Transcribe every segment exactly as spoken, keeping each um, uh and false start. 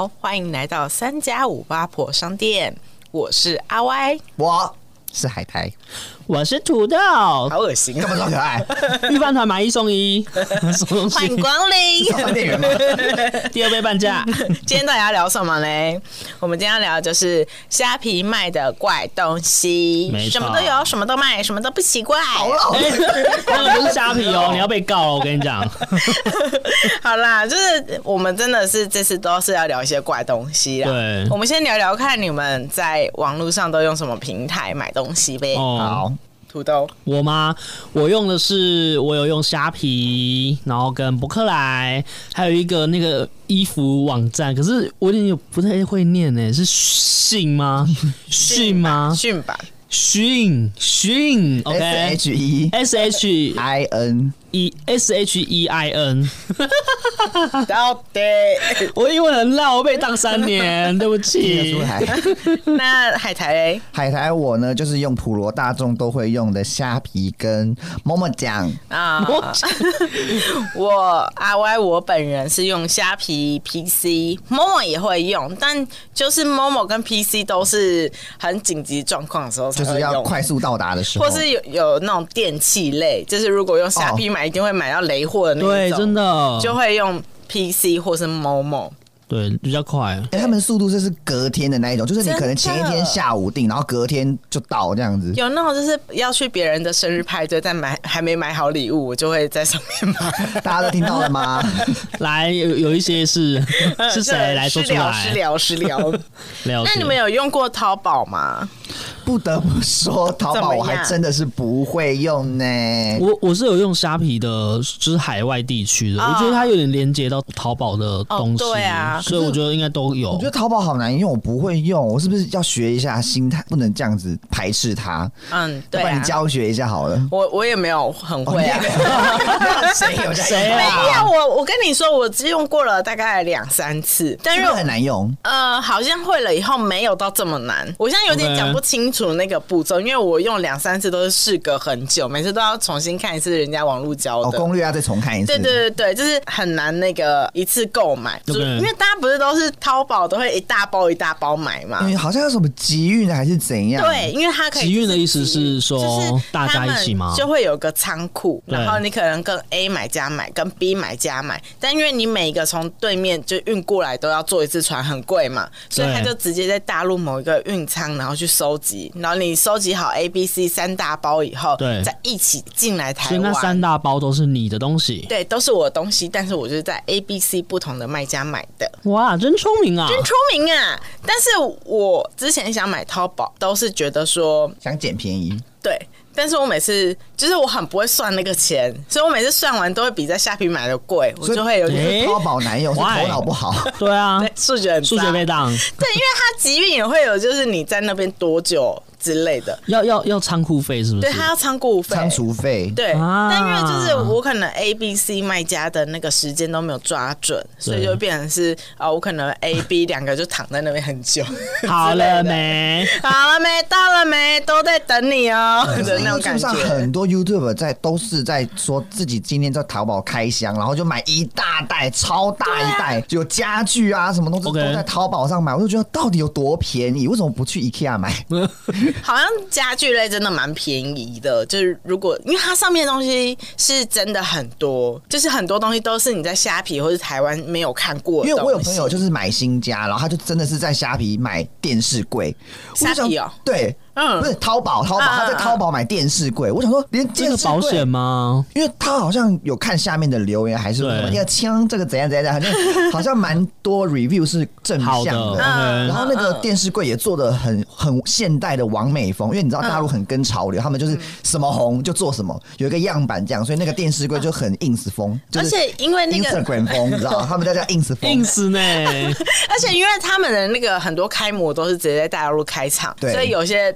好，欢迎来到三加五八婆商店，我是阿歪， 我是海苔， 我是土豆， 好恶心， 这么多可爱， 御饭团买一送一， 欢迎光临， 早餐店员吗？ 第二杯半价。 今天到底要聊什么嘞？我们今天要聊的就是虾皮卖的怪东西，什么都有，什么都卖，什么都不奇怪。 好老、 欸，那个不是虾皮哦，你要被告了，我跟你讲。 好啦，就是我们真的是这次都是要聊一些怪东西啦。 对， 我们先聊聊看你们在网络上都用什么平台买东西呗。 哦， 好。 土豆， 我吗？我用的是我有用虾皮，然后跟博客来，还有一个那个衣服网站，可是我有点不太会念呢，是讯吗？讯吗？ 讯版。 讯讯 ，OK， S H E S H I N E S H E I N， 到底我英文很烂，我被当三年，对不起。 那海苔嘞？ 海苔我呢，就是用普罗大众都会用的虾皮跟某某酱啊。我阿歪我本人是用虾皮 P C， 某某也会用，但就是某某跟 P C 都是很紧急状况的时候才会用， 就是要快速到达的时候， 或是有有那种电器类，就是如果用虾皮买，一定会买到雷货的那种， 对，真的就会用 P C 或是某某。 对，比较快。 哎、欸，他们速度就是隔天的那一种，就是你可能前一天下午订，然后隔天就到这样子。 有那种就是要去别人的生日派对，但买还没买好礼物，我就会在上面买。 大家都听到了吗？ 来，有有一些是是谁来说出来？ 私聊私聊私聊。那你们有用过淘宝吗？ 不得不说，淘宝我还真的是不会用呢。 我我是有用虾皮的，就是海外地区的，哦、我觉得它有点连接到淘宝的东西。哦、 对啊。 所以我觉得应该都有。 我觉得淘宝好难用，我不会用，我是不是要学一下心态，不能这样子排斥它？ 嗯，对、啊。 不然你教学一下好了。 我我也没有很会啊。 谁有谁啊？ 没有，我我跟你说，我只用过了大概两三次，但是很难用。 呃，好像会了以后没有到这么难。我现在有点讲不清楚那个步骤，因为我用两三次都是事隔很久，每次都要重新看一次人家网络教的。 哦，攻略要再重看一次。 对对对对，就是很难那个一次购买， okay. 因为大家不是都是淘宝都会一大包一大包买嘛？ 因为好像有什么集运还是怎样？ 对，因为它可以、就是、 集运的意思是说、就是、大家一起吗？ 就会有个仓库，然后你可能跟 A 买家买，跟 B 买家买，但因为你每一个从对面就运过来都要坐一次船，很贵嘛，所以他就直接在大陆某一个运仓，然后去收集，然后你收集好 A、B、C 三大包以后， 对， 再一起进来台湾。 所以那三大包都是你的东西， 对，都是我的东西，但是我就是在 A、B、C 不同的卖家买的。 哇，真聪明啊！ 真聪明啊！但是我之前想买淘宝，都是觉得说想捡便宜， 对。但是我每次就是我很不会算那个钱，所以我每次算完都会比在虾皮买的贵，我就会有点淘宝难用，是头脑不好。 对啊， 对，数学很数学被当。 对，因为它集运也会有，就是你在那边多久之类的， 要要要仓库费是不是？ 对，它要仓库费、 仓储费。 对、 啊， 但因为就是我可能 A、B、C 卖家的那个时间都没有抓准，所以就变成是啊、呃，我可能 A、B 两个就躺在那边很久。 好了没？ 好了没？到了没？都在等你哦。的那种感觉。 上很多 YouTuber 在都是在说自己今天在淘宝开箱，然后就买一大袋、超大一袋，啊、有家具啊什么东西、okay. 都在淘宝上买，我就觉得到底有多便宜？为什么不去 IKEA 买？ 好像家具类真的蛮便宜的，就是如果因为它上面的东西是真的很多，就是很多东西都是你在虾皮或是台湾没有看过的。 因为我有朋友就是买新家，然后他就真的是在虾皮买电视柜， 虾皮哦， 对。嗯，不是淘宝，淘宝、啊、他在淘宝买电视柜，我想说连电视柜这个保险吗？ 因为他好像有看下面的留言，还是什么要枪这个怎样怎样怎样，好像蛮多 review 是正向的。 的然后那个电视柜也做的很很现代的完美风，因为你知道大陆很跟潮流，他们就是什么红就做什么，有一个样板这样，所以那个电视柜就很 ins 风， 而且因为那个 Instagram 风，你知道他们叫叫 ins 风 ，ins 呢。 而且因为他们的那个很多开模都是直接在大陆开厂，所以有些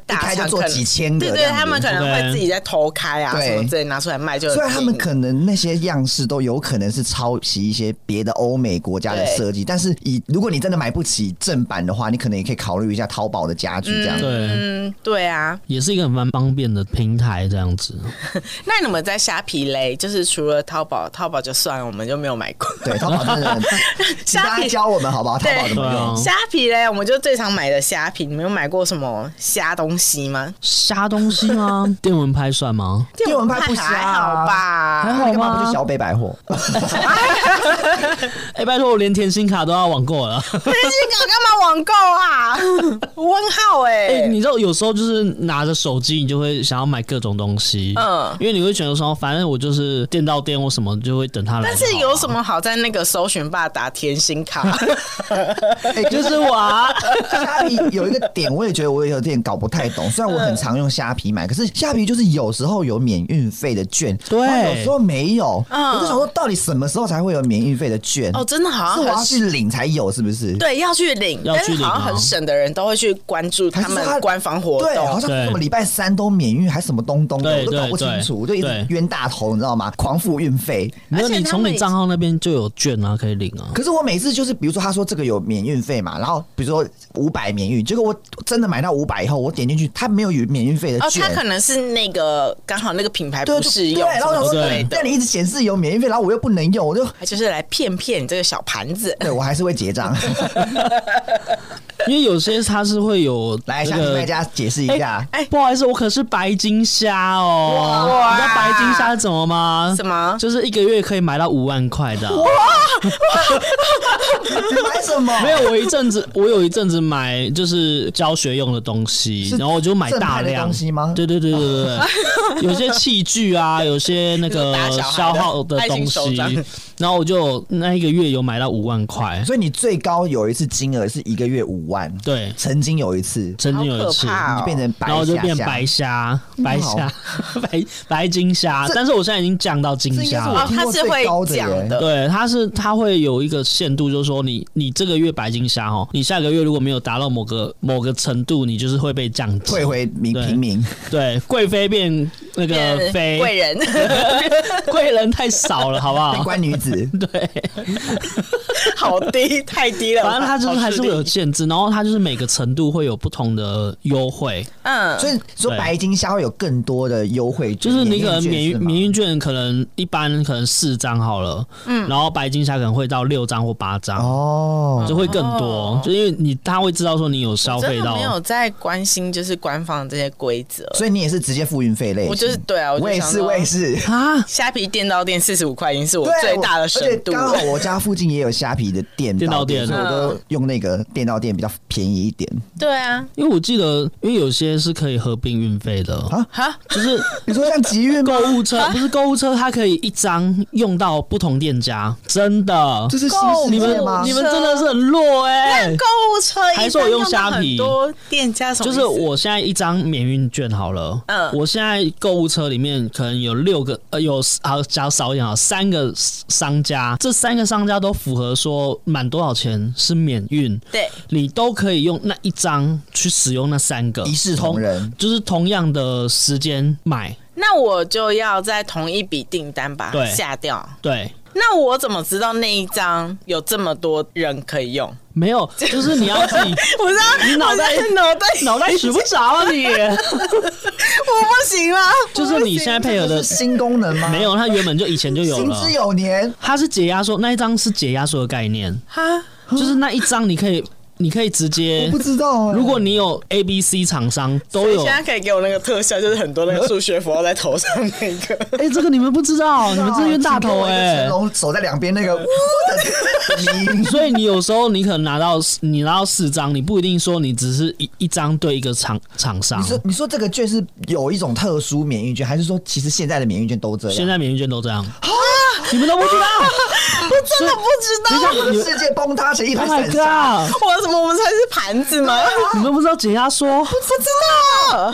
大开就做几千个， 对对，他们可能会自己在偷开啊什么之类拿出来卖就， 所以他们可能那些样式都有可能是抄袭一些别的欧美国家的设计，但是以如果你真的买不起正版的话，你可能也可以考虑一下淘宝的家具这样。 对， 嗯，对啊， 也是一个蛮方便的平台这样子。 那你们在虾皮嘞？就是除了淘宝，淘宝就算了，我们就没有买过。 对，淘宝真的，请大家教我们好不好？淘宝怎么用？ 虾皮嘞，我们就最常买的虾皮。你们有买过什么虾东西吗？ 虾东西吗？电蚊拍算吗？ 电蚊拍不虾、啊、 还好吧？ 还好吗？ 不就小北百货？ 哎、欸，拜托，我连甜心卡都要网购了。 甜心卡干嘛网购啊？问号哎、欸！ 哎、欸，你知道有时候就是拿着手机，你就会想要买各种东西，嗯，因为你会觉得说，反正我就是店到店或什么，就会等他来、啊。 但是有什么好在那个搜寻吧打甜心卡？ 欸、就是我啊。虾皮有一个点，我也觉得我有点搞不太懂。虽然我很常用虾皮买，可是虾皮就是有时候有免运费的券， 对， 有时候没有。嗯，我就想说，到底什么时候才会有免运费的券？ 哦，真的好像是我要去领才有，是不是？ 对，要去领， 要去领、啊。 但是好像很省的人都会去关注他们官方活动， 对，好像什么礼拜三都免运，还什么东东的，我都搞不清楚，我就一直冤大头，你知道吗？狂付运费。 没有，你从你账号那边就有券啊，可以领啊。 可是我每次就是，比如说他说这个有免运费嘛，然后比如说五百免运，结果我真的买到五百以后，我点进去，他没有免运费的券， 哦，他可能是那个刚好那个品牌不适用， 对，然后我说，但你一直显示有免运费，然后我又不能用，我就他就是来骗骗你这个小盘子。 对，我还是会结账。 因为有些它是会有、 那個、来，向卖家解释一下。 哎、欸欸，不好意思，我可是白金虾哦。哇，你知道白金虾是怎么吗？ 什么？ 就是一个月可以买到五万块的。哇！ 你买什么？ 没有，我一阵子，我有一阵子买就是教学用的东西，然后我就买大量东西吗？ 对对对对对对，有些器具啊，有些那个消耗的东西，然后我就那一个月有买到五万块。 所以你最高有一次金额是一个月五万。 对， 曾经有一次， 曾经有一次， 你就变成白虾虾， 然后就变白虾、白虾、白白金虾，但是我现在已经降到金虾了。 哦，它是会降的， 对，它是它会有一个限度，就是说你你这个月白金虾哦，你下个月如果没有达到某个某个程度，你就是会被降级， 退回民平民。 对，贵妃变那个妃， 贵人， 贵人太少了，好不好？ 官女子， 对， 好低，太低了。 反正它就是还是会有限制，然后它就是每个程度会有不同的优惠。 嗯， 所以说白金虾会有更多的优惠， 就是那个免运免运券可能一般可能四张好了，嗯，然后白金虾可能会到六张或八张哦，就会更多，哦、就因为你他会知道说你有消费到， 没有在关心就是官方这些规则， 所以你也是直接付运费类型。 我就是对啊，我, 我也是，我也是啊。 虾皮店到店四十五块已经是我最大的深度了， 刚好我家附近也有虾皮的店店到店， 所以我都用那个店到店比较便宜一点。 对啊， 因为我记得，因为有些是可以合并运费的啊， 哈， 就是你说像集运购物车，不是购物车，它可以一张用到不同店家，真的， 这是新世界吗？ 你们真的是很弱哎、 欸！购物车还是我用虾皮， 很多店家什么？ 就是我现在一张免运券好了，嗯，我现在购物车里面可能有六个，呃，有好假如少一点好，三个商家，这三个商家都符合说满多少钱是免运， 对， 你都可以用那一张去使用那三个， 一视同仁， 就是同样的时间买。 那我就要在同一笔订单把它下掉。 对， 那我怎么知道那一张有这么多人可以用？ 没有，就是你要自己， 我知道， 你脑袋脑袋脑袋使不着啊你， 我不行啊！ 就是你现在配合的新功能吗？ 没有，它原本就以前就有了， 行之有年。 它是解压缩，那一张是解压缩的概念，哈，就是那一张你可以。你可以直接， 我不知道、欸。 如果你有 A、B、C 厂商都有， 现在可以给我那个特效，就是很多那个数学符号在头上那个。 哎、欸，这个你们不知道，你们这冤大头哎、欸！ 成龙手在两边那个呜的， 所以你有时候你可能拿到你拿到四张，你不一定说你只是一一张对一个厂厂商。 你说你说这个券是有一种特殊免运券，还是说其实现在的免运券都这样？ 现在免运券都这样。你们都不知道， 我真的不知道。 等一下，我的世界崩塌成一盘散沙。 我怎么我们才是盘子吗？ 你们不知道解压缩？ 不知道，我连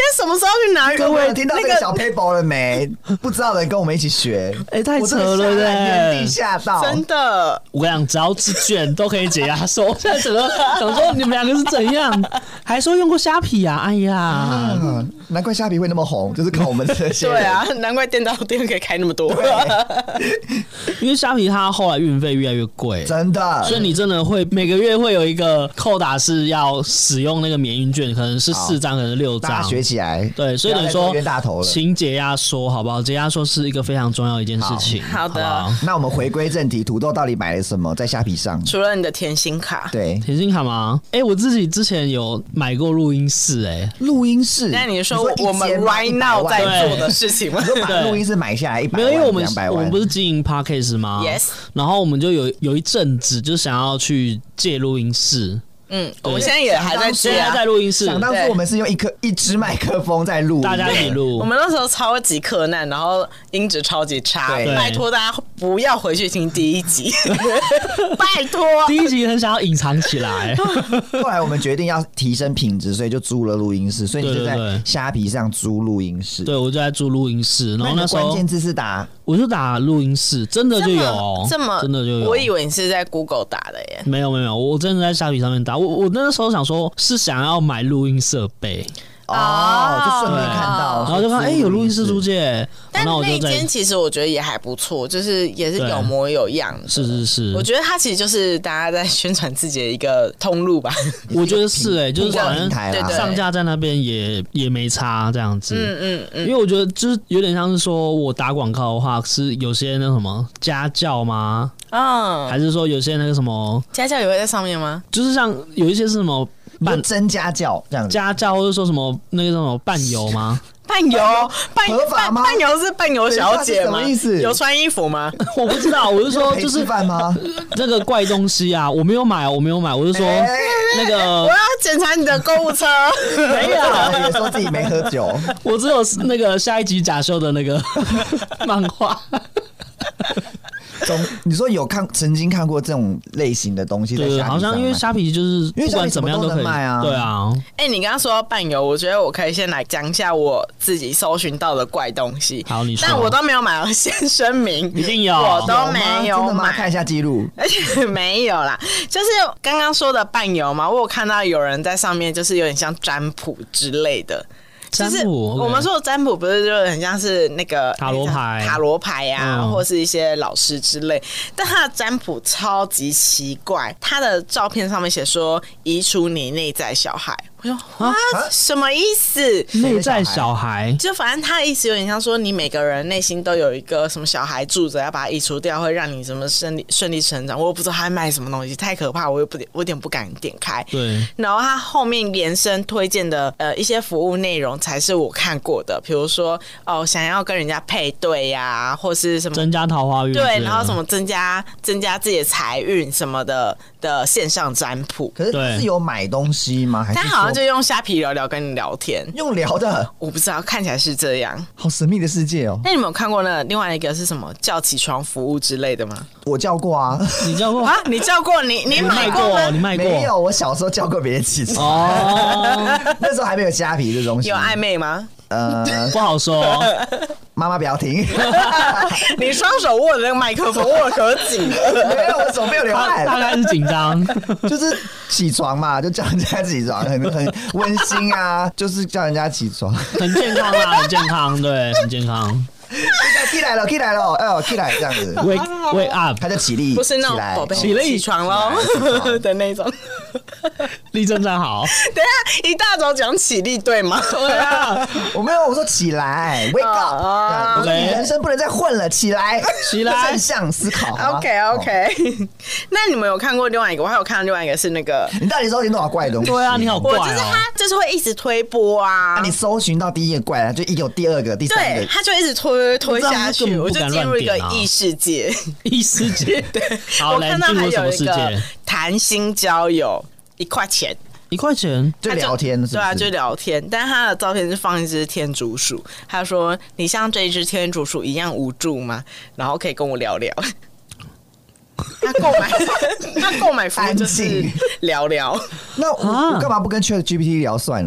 什么时候去拿？ 各位听到这个小 paper 了没？不知道的人跟我们一起学。 哎、欸，太扯了嘞！ 原地吓到， 真的。 我跟你讲，只要是卷都可以解压缩。我现在整个想说你们两个是怎样，还说用过虾皮啊？哎呀、啊， 难怪虾皮会那么红，就是靠我们这些。 对啊，难怪电到店可以开那么多。 因为虾皮它后来运费越来越贵， 真的， 所以你真的会每个月会有一个扣打是要使用那个免运券，可能是四张，可能是六张， 大家学起来。 对，所以等于说冤大头了， 请解压缩好不好？解压缩是一个非常重要的一件事情。 好, 好的好好， 那我们回归正题，土豆到底买了什么在虾皮上？ 除了你的甜心卡， 对， 甜心卡吗？哎、欸，我自己之前有买过录音室、欸，哎， 录音室。 那你说我们 right now 在做的事情吗？ 你说把录音室买下来一百万， 没有，因为我们两百万， 我们不是经营 podcast 吗 ？Yes， 然后我们就有有一阵子就想要去借录音室。 嗯，我们现在也还在接、啊， 现在在录音室。 想当初我们是用一颗一支麦克风在录， 大家一起录。 我们那时候超级克难，然后音质超级差，拜托大家不要回去听第一集，拜托。 第一集很想要隐藏起来， 后来我们决定要提升品质，所以就租了录音室，所以你就在虾皮上租录音室。 对，我就在租录音室，然后那时候关键字是打， 我就打录音室，真的就有、哦， 这么真的就有。 我以为你是在 Google 打的耶， 没有没有，我真的在虾皮上面打。我我那时候想说，是想要买录音设备。 哦，就顺便看到， 然后就看哎、欸、有录音室租借， 但那一间其实我觉得也还不错，就是也是有模有样的。 是是是， 我觉得它其实就是大家在宣传自己的一个通路吧。 我觉得是哎、欸，就是反正对上架在那边也也没差这样子。 嗯嗯嗯， 因为我觉得就是有点像是说我打广告的话，是有些那什么家教吗？ 嗯， 还是说有些那个什么家教也会在上面吗？ 就是像有一些是什么。 办真家教这样子， 家教或者说什么那个什么伴游吗？ 伴游伴合法吗？ 伴游是伴游小姐吗？ 什么意思？ 有穿衣服吗？ 我不知道，我是说就是饭吗？ 那个怪东西啊，我没有买，我没有买，我是说那个我要检查你的购物车， 没有， 也说自己没喝酒， 我只有那个下一集假修的那个漫画。 总你说有看曾经看过这种类型的东西在虾皮上， 对，好像因为虾皮就是不管怎么样都可以卖啊， 对啊。 哎、欸，你刚刚说到伴游，我觉得我可以先来讲一下我自己搜寻到的怪东西。 好，你说， 但我都没有买，我先声明， 一定有， 我都没有买， 看一下记录， 而且没有啦，就是刚刚说的伴游嘛，我有看到有人在上面，就是有点像占卜之类的。就是我们说的占卜，不是就很像是那个塔罗牌、 塔罗牌呀、啊，嗯、或是一些老师之类。但他的占卜超级奇怪，他的照片上面写说移除你内在小孩。我说啊，什么意思？ 内在小孩， 就反正他的意思有点像说，你每个人内心都有一个什么小孩住着，要把它移除掉，会让你什么顺利顺利成长。我又不知道他卖什么东西，太可怕，我又不我有点不敢点开。 对。 然后他后面延伸推荐的呃一些服务内容，才是我看过的，比如说哦，想要跟人家配对呀、啊，或是什么增加桃花运， 对，然后什么增加增加自己的财运什么的的线上占卜。 可是是有买东西吗？还是他好像就用虾皮聊聊跟你聊天， 用聊的， 我不知道，看起来是这样， 好神秘的世界哦。 那你们有看过那另外一个是什么叫起床服务之类的吗？ 我叫过啊， 你叫过啊？你叫过？你你买过吗？ 你卖过？ 没有，我小时候叫过别人起床。哦，那时候还没有虾皮这东西。 有暧昧吗？ 呃， 不好说、哦。 妈妈不要听。 你双手握着那个麦克风握可紧了。 没有，我手没有流汗。 大概是紧张， 就是起床嘛，就叫人家起床，很很温馨啊，就是叫人家起床， 很健康啊，很健康，对，很健康。 起来了，起来了，哎呦，起来这样子 ，wake wake up， 他就起立， 不是那种宝贝起立起床喽的那种。 立正站好。 等一下一大早讲起立对吗？ 对啊， 我没有，我说起来 ，wake up，、uh, 我说你人生不能再混了，起来， 起来， 正向思考。 OK OK，、哦、那你们有看过另外一个？我还有看到另外一个是那个， 你到底搜寻多少怪东西？ 对啊，你好怪、哦， 我就是他，就是会一直推播啊。 啊你搜寻到第一个怪了，就一有第二个、第三个， 对，他就一直推推下去，我就进入一个异世界。 异世界， 对， 好， 我看到还有一个谈心交友。一块钱， 一块钱就聊天是不是， 对啊，就聊天。但他的照片是放一只天竺鼠，他说：“你像这一只天竺鼠一样无助吗？然后可以跟我聊聊。”他购买，他购买服务就是聊聊。 那我、啊、我干嘛不跟 ChatGPT 聊算了？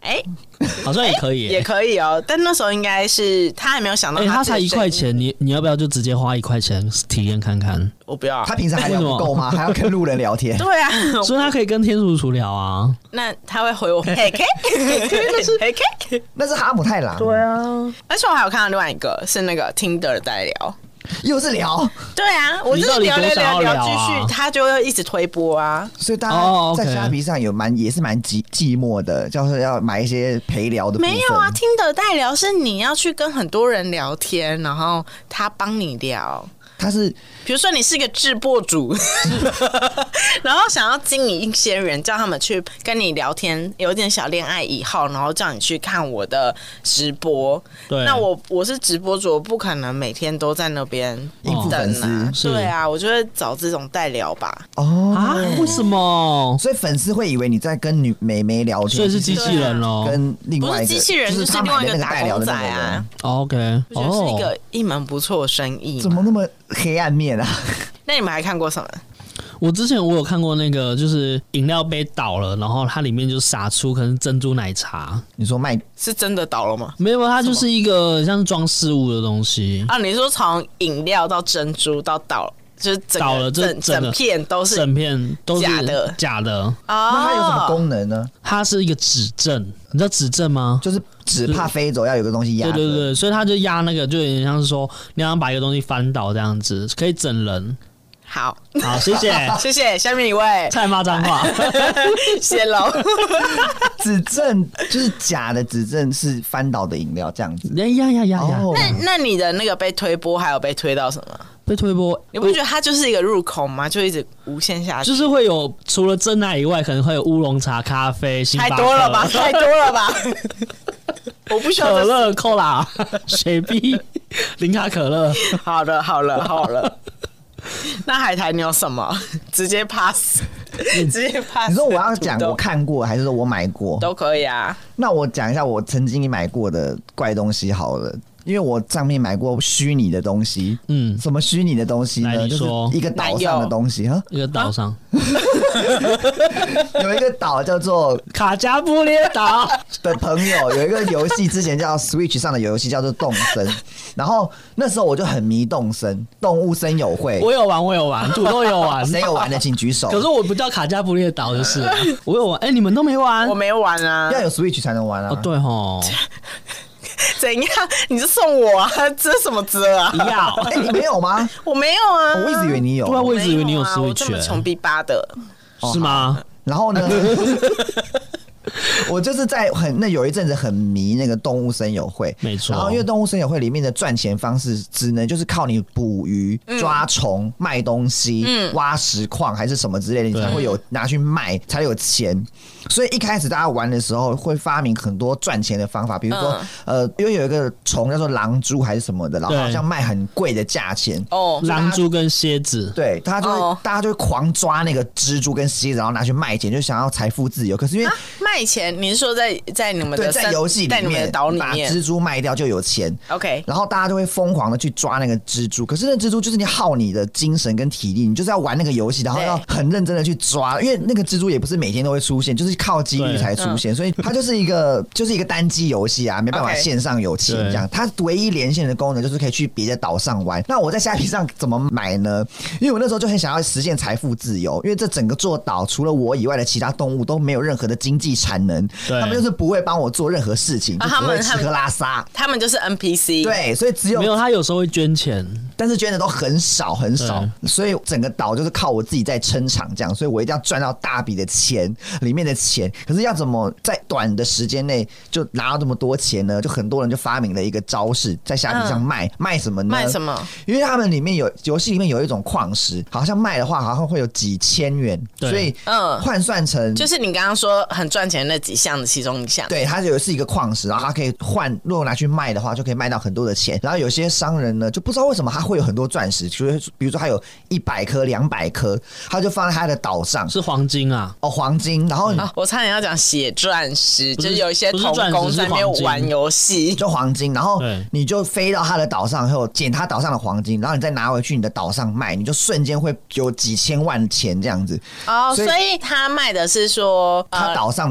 哎、 欸，好像也可以、欸， 也可以哦。但那时候应该是他还没有想到他， 哎、欸，他才一块钱，你你要不要就直接花一块钱体验看看？ 我不要。 他平时还聊不够吗？还要跟路人聊天？ 对啊， 所以他可以跟天竺鼠聊啊。 那他会回我嘿 K， 那是嘿 K， 那是哈姆太郎。 对啊， 而且我还有看到另外一个是那个 Tinder 在聊。 又是聊， 对啊，我就是聊聊聊聊，继续、 啊、 他就会一直推播啊。 所以大家在虾皮上有蛮、oh, okay. 也是蛮寂寂寞的，就是要买一些陪聊的部分。 没有啊，听的代聊是你要去跟很多人聊天，然后他帮你聊。 他是比如说你是一个直播主，然后想要经营一些人，叫他们去跟你聊天，有点小恋爱以后，然后叫你去看我的直播。 对， 那我我是直播主，我不可能每天都在那边应付粉丝。 对啊，我就会找这种代聊吧。 哦啊，为什么？ 所以粉丝会以为你在跟女妹妹聊天， 所以是机器人咯。 跟另外一个不是机器人，就是另外一个打工仔啊。 OK， 我觉得是一个一门不错的生意。 怎么那么黑暗面啊？ 那你们还看过什么？ 我之前我有看过那个，就是饮料杯倒了，然后它里面就洒出可能珍珠奶茶。 你说卖是真的倒了吗？ 没有，它就是一个像是装饰物的东西啊。你说从饮料到珍珠到倒，就是整倒了， 整整片都是整片都是假的假的。 哦， 那它有什么功能呢？ 它是一个指针，你知道指针吗？ 就是纸怕飞走，要有个东西压。 对对对，所以它就压那个，就有点像是说你要把一个东西翻倒这样子，可以整人。 好， 好，谢谢， 谢谢。下面一位， 菜骂脏话， 谢喽。 指针就是假的，指针是翻倒的饮料这样子。 呀呀呀呀呀！ 那那你的那个被推播，还有被推到什么？ 被推播， 你不觉得它就是一个入口吗？就一直无限下去， 就是会有除了真奶以外，可能会有乌龙茶、咖啡、星巴克， 太多了吧，太多了吧。我不需要可乐、扣啦、雪碧、零卡可乐。 好了，好了，好了。那海苔你有什么？直接 pass， 直接 pass。 你说我要讲我看过，还是说我买过？ 都可以啊。 那我讲一下我曾经买过的怪东西好了。因为我上面买过虚拟的东西，嗯，什么虚拟的东西呢？就是一个岛上的东西哈， 一个岛上、啊、 有一个岛叫做卡加布列岛的朋友，有一个游戏之前叫 Switch 上的游戏叫做动森，然后那时候我就很迷动森，动物森友会， 我有玩，我有玩，土豆有玩， 谁有玩的请举手。 可是我不叫卡加布列岛就是了，我有玩，哎、欸，你们都没玩， 我没玩啊， 要有 Switch 才能玩啊。 哦，对齁。 怎样？你是送我啊？遮什么遮啊？ 要？ 哎、欸，你没有吗？ 我没有啊， 我一直以为你有。 对啊，我一直以为你有 Switch，、欸、 我这么穷逼八的， 是吗？ 然后呢？我就是在很那有一阵子很迷那个动物森友会， 没错。 然后因为动物森友会里面的赚钱方式，只能就是靠你捕鱼、嗯、抓虫、卖东西、嗯、挖石矿还是什么之类的，你才会有拿去卖，才有钱。所以一开始大家玩的时候会发明很多赚钱的方法，比如说、嗯、呃，因为有一个虫叫做狼蛛还是什么的，然后好像卖很贵的价钱哦， 狼蛛跟蝎子， 对，他就会、 哦、 大家就会狂抓那个蜘蛛跟蝎子，然后拿去卖钱，就想要财富自由。可是因为、啊、 卖钱，你是说在在你们的对在游戏里面， 在你们的岛里面把蜘蛛卖掉就有钱 ？OK， 然后大家就会疯狂的去抓那个蜘蛛，可是那蜘蛛就是你耗你的精神跟体力，你就是要玩那个游戏，然后要很认真的去抓，因为那个蜘蛛也不是每天都会出现，就是靠几率才出现，所以它就是一个就是一个单机游戏啊，没办法线上有钱这样。它唯一连线的功能就是可以去别的岛上玩。那我在虾皮上怎么买呢？因为我那时候就很想要实现财富自由，因为这整个座岛除了我以外的其他动物都没有任何的经济产能，他们就是不会帮我做任何事情，就只会吃喝拉撒， 他们就是 N P C。 对，所以只有没有他有时候会捐钱， 但是捐的都很少很少，所以整个岛就是靠我自己在撑场这样，所以我一定要赚到大笔的钱，里面的钱。可是要怎么在短的时间内就拿到这么多钱呢？就很多人就发明了一个招式，在虾皮上卖、嗯、卖什么呢？ 卖什么？ 因为他们里面有游戏里面有一种矿石，好像卖的话好像会有几千元，所以嗯，换算成就是你刚刚说很赚钱的那几项的其中一项。 对，它有是一个矿石，然后它可以换，如果拿去卖的话，就可以卖到很多的钱。然后有些商人呢，就不知道为什么他会有很多钻石，就是比如说他有一百颗、两百颗，他就放在他的岛上。 是黄金啊？ 哦，黄金。然后、 嗯啊、我差点要讲血钻石，就是有一些童工在那边玩游戏， 就黄金。然后你就飞到他的岛上后，捡他岛上的黄金，然后你再拿回去你的岛上卖，你就瞬间会有几千万钱这样子。 哦，所以, 所以他卖的是说、 呃、他岛上的那个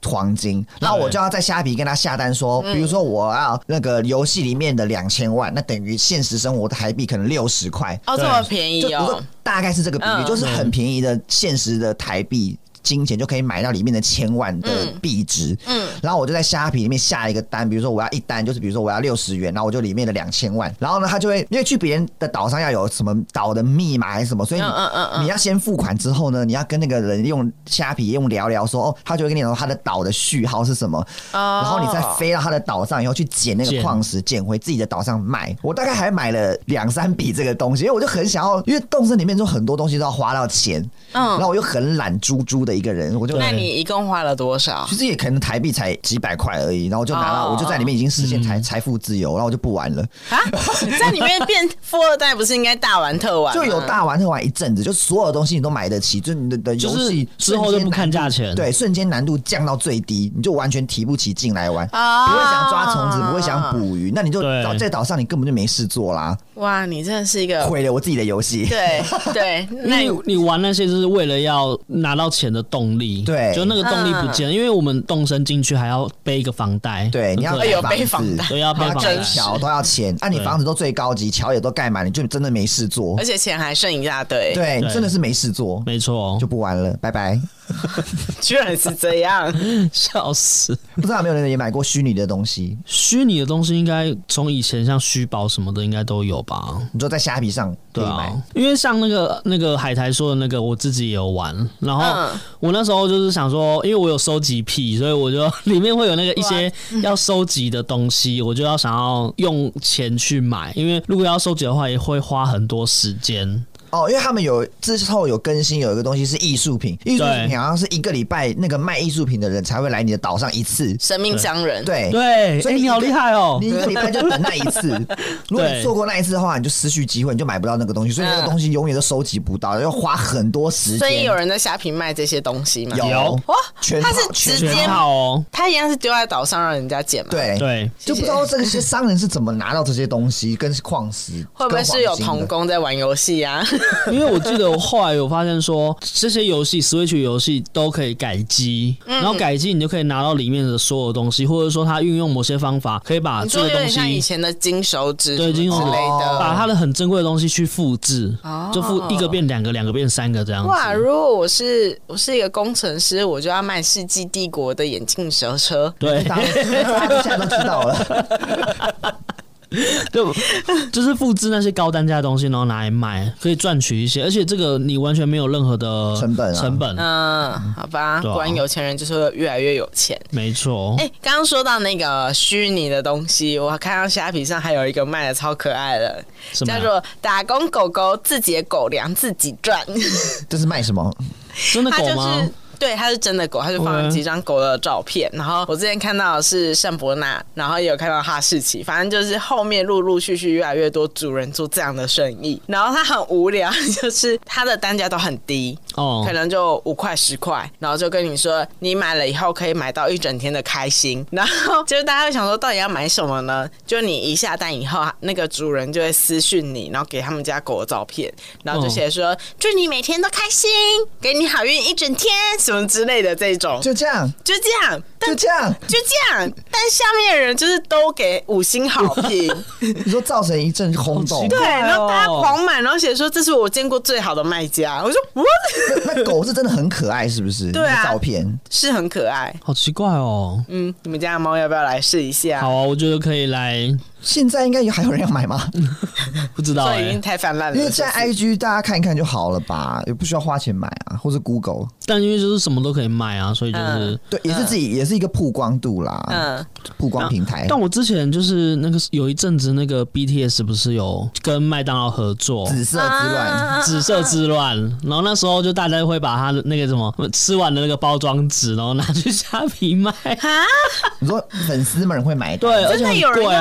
黄金，然后我就要在虾皮跟他下单说，比如说我要那个游戏里面的两千万，那等于现实生活的台币可能六十块。 哦，这么便宜哦， 大概是这个比例，嗯、就是很便宜的现实的台币。金钱就可以买到里面的千万的币值，嗯，然后我就在虾皮里面下一个单，比如说我要一单，就是比如说我要六十元，然后我就里面的两千万，然后呢，他就会因为去别人的岛上要有什么岛的密码还是什么，所以你, 嗯嗯嗯你要先付款之后呢，你要跟那个人用虾皮用聊聊说，哦，他就会跟你说他的岛的序号是什么，哦、然后你再飞到他的岛上以后去捡那个矿石，捡回自己的岛上卖。我大概还买了两三笔这个东西，因为我就很想要，因为动森里面就很多东西都要花到钱，嗯，然后我又很懒猪猪的一个人，我就。 那你一共花了多少？ 其实也可能台币才几百块而已，然后我就拿到， oh. 我就在里面已经实现财财富自由，然后我就不玩了。啊， 在里面变富二代不是应该大玩特玩？ 就有大玩特玩一阵子，就所有东西你都买得起，就你的的游戏之后就不看价钱， 对，瞬间难度降到最低，你就完全提不起劲来玩， oh. 不会想抓虫子，不会想捕鱼，那你就在岛上你根本就没事做啦。 哇，你真的是一个毁了我自己的游戏。 对对， 那你你玩那些就是为了要拿到钱的动力。 对， 就那个动力不见了，嗯、因为我们动身进去还要背一个房贷， 对，你要有背房贷， 都要背房贷， 桥都要钱，啊，你房子都最高级，桥也都盖满，你就真的没事做， 而且钱还剩一大堆， 对，对真的是没事做， 没错， 就不玩了，拜拜。 居然是这样， 笑死！ 不知道有没有人也买过虚拟的东西？ 虚拟的东西应该从以前像虚宝什么的应该都有吧？ 你说在虾皮上可以买， 啊、因为像那个那个海苔说的那个，我自己也有玩。然后我那时候就是想说，因为我有收集癖，所以我就里面会有那个一些要收集的东西，我就要想要用钱去买，因为如果要收集的话，也会花很多时间。 哦，因为他们有之后有更新，有一个东西是艺术品，艺术品好像是一个礼拜那个卖艺术品的人才会来你的岛上一次， 神秘商人。 对对，所以你好厉害哦！ 你一个礼拜就等那一次，如果你错过那一次的话，你就失去机会，你就买不到那个东西，所以那个东西永远都收集不到，要花很多时间。 所以有人在虾皮卖这些东西吗？ 有哇， 他是直接哦， 他一样是丢在岛上让人家捡嘛？ 对对， 就不知道这些商人是怎么拿到这些东西跟矿石， 会不会是有童工在玩游戏啊？ 因为我记得我后来有发现说，这些游戏 Switch 游戏都可以改机，嗯、然后改机你就可以拿到里面的所有东西，或者说它运用某些方法，可以把这个东西， 像以前的金手指， 对金手指之类的， 把它的很珍贵的东西去复制，哦、就复一个变两个，两个变三个这样子。 哇！如果我是我是一个工程师，我就要卖世纪帝国的眼镜蛇车。 对， 大家现在都知道了。 就就是复制那些高单价的东西，然后拿来卖，可以赚取一些，而且这个你完全没有任何的成本、啊、 成本。 嗯，好吧，啊、果然有钱人就是会越来越有钱。 没错。 哎、欸，刚刚说到那个虚拟的东西，我看到虾皮上还有一个卖的超可爱的，叫做“打工狗狗自己的狗粮自己赚”。 这是卖什么？ 真的狗吗？ 对，它是真的狗，它就放了几张狗的照片。Okay. 然后我之前看到的是圣伯纳，然后也有看到哈士奇，反正就是后面陆陆续续越来越多主人做这样的生意。然后它很无聊，就是它的单价都很低，哦，可能就五块十块，然后就跟你说你买了以后可以买到一整天的开心。然后就是大家会想说，到底要买什么呢？就你一下单以后，那个主人就会私讯你，然后给他们家狗的照片，然后就写说、哦、祝你每天都开心，给你好运一整天。什么之类的这种， 就这样， 就这样， 就这样， 就这样。但下面的人就是都给五星好评， 你说造成一阵轰动， 对，然后大家狂买，然后写说这是我见过最好的卖家。我说 what？ 那, 那狗是真的很可爱，是不是？ 对啊， 照片是很可爱， 好奇怪哦。 嗯，你们家的猫要不要来试一下？ 好啊，我觉得可以来。 现在应该还有人要买吗？ 不知道、欸， 所以已经太泛滥了。 因为在 I G 大家看一看就好了吧，也不需要花钱买啊，或是 Google。 但因为就是什么都可以卖啊，所以就是、嗯、 对，也是自己、嗯、也是一个曝光度啦，嗯，曝光平台。 但我之前就是那个有一阵子那个 B T S 不是有跟麦当劳合作， 紫色之乱， 紫色之乱。然后那时候就大家会把他的那个什么吃完的那个包装纸，然后拿去虾皮卖。 你说粉丝们会买？ 对，而且很贵哦。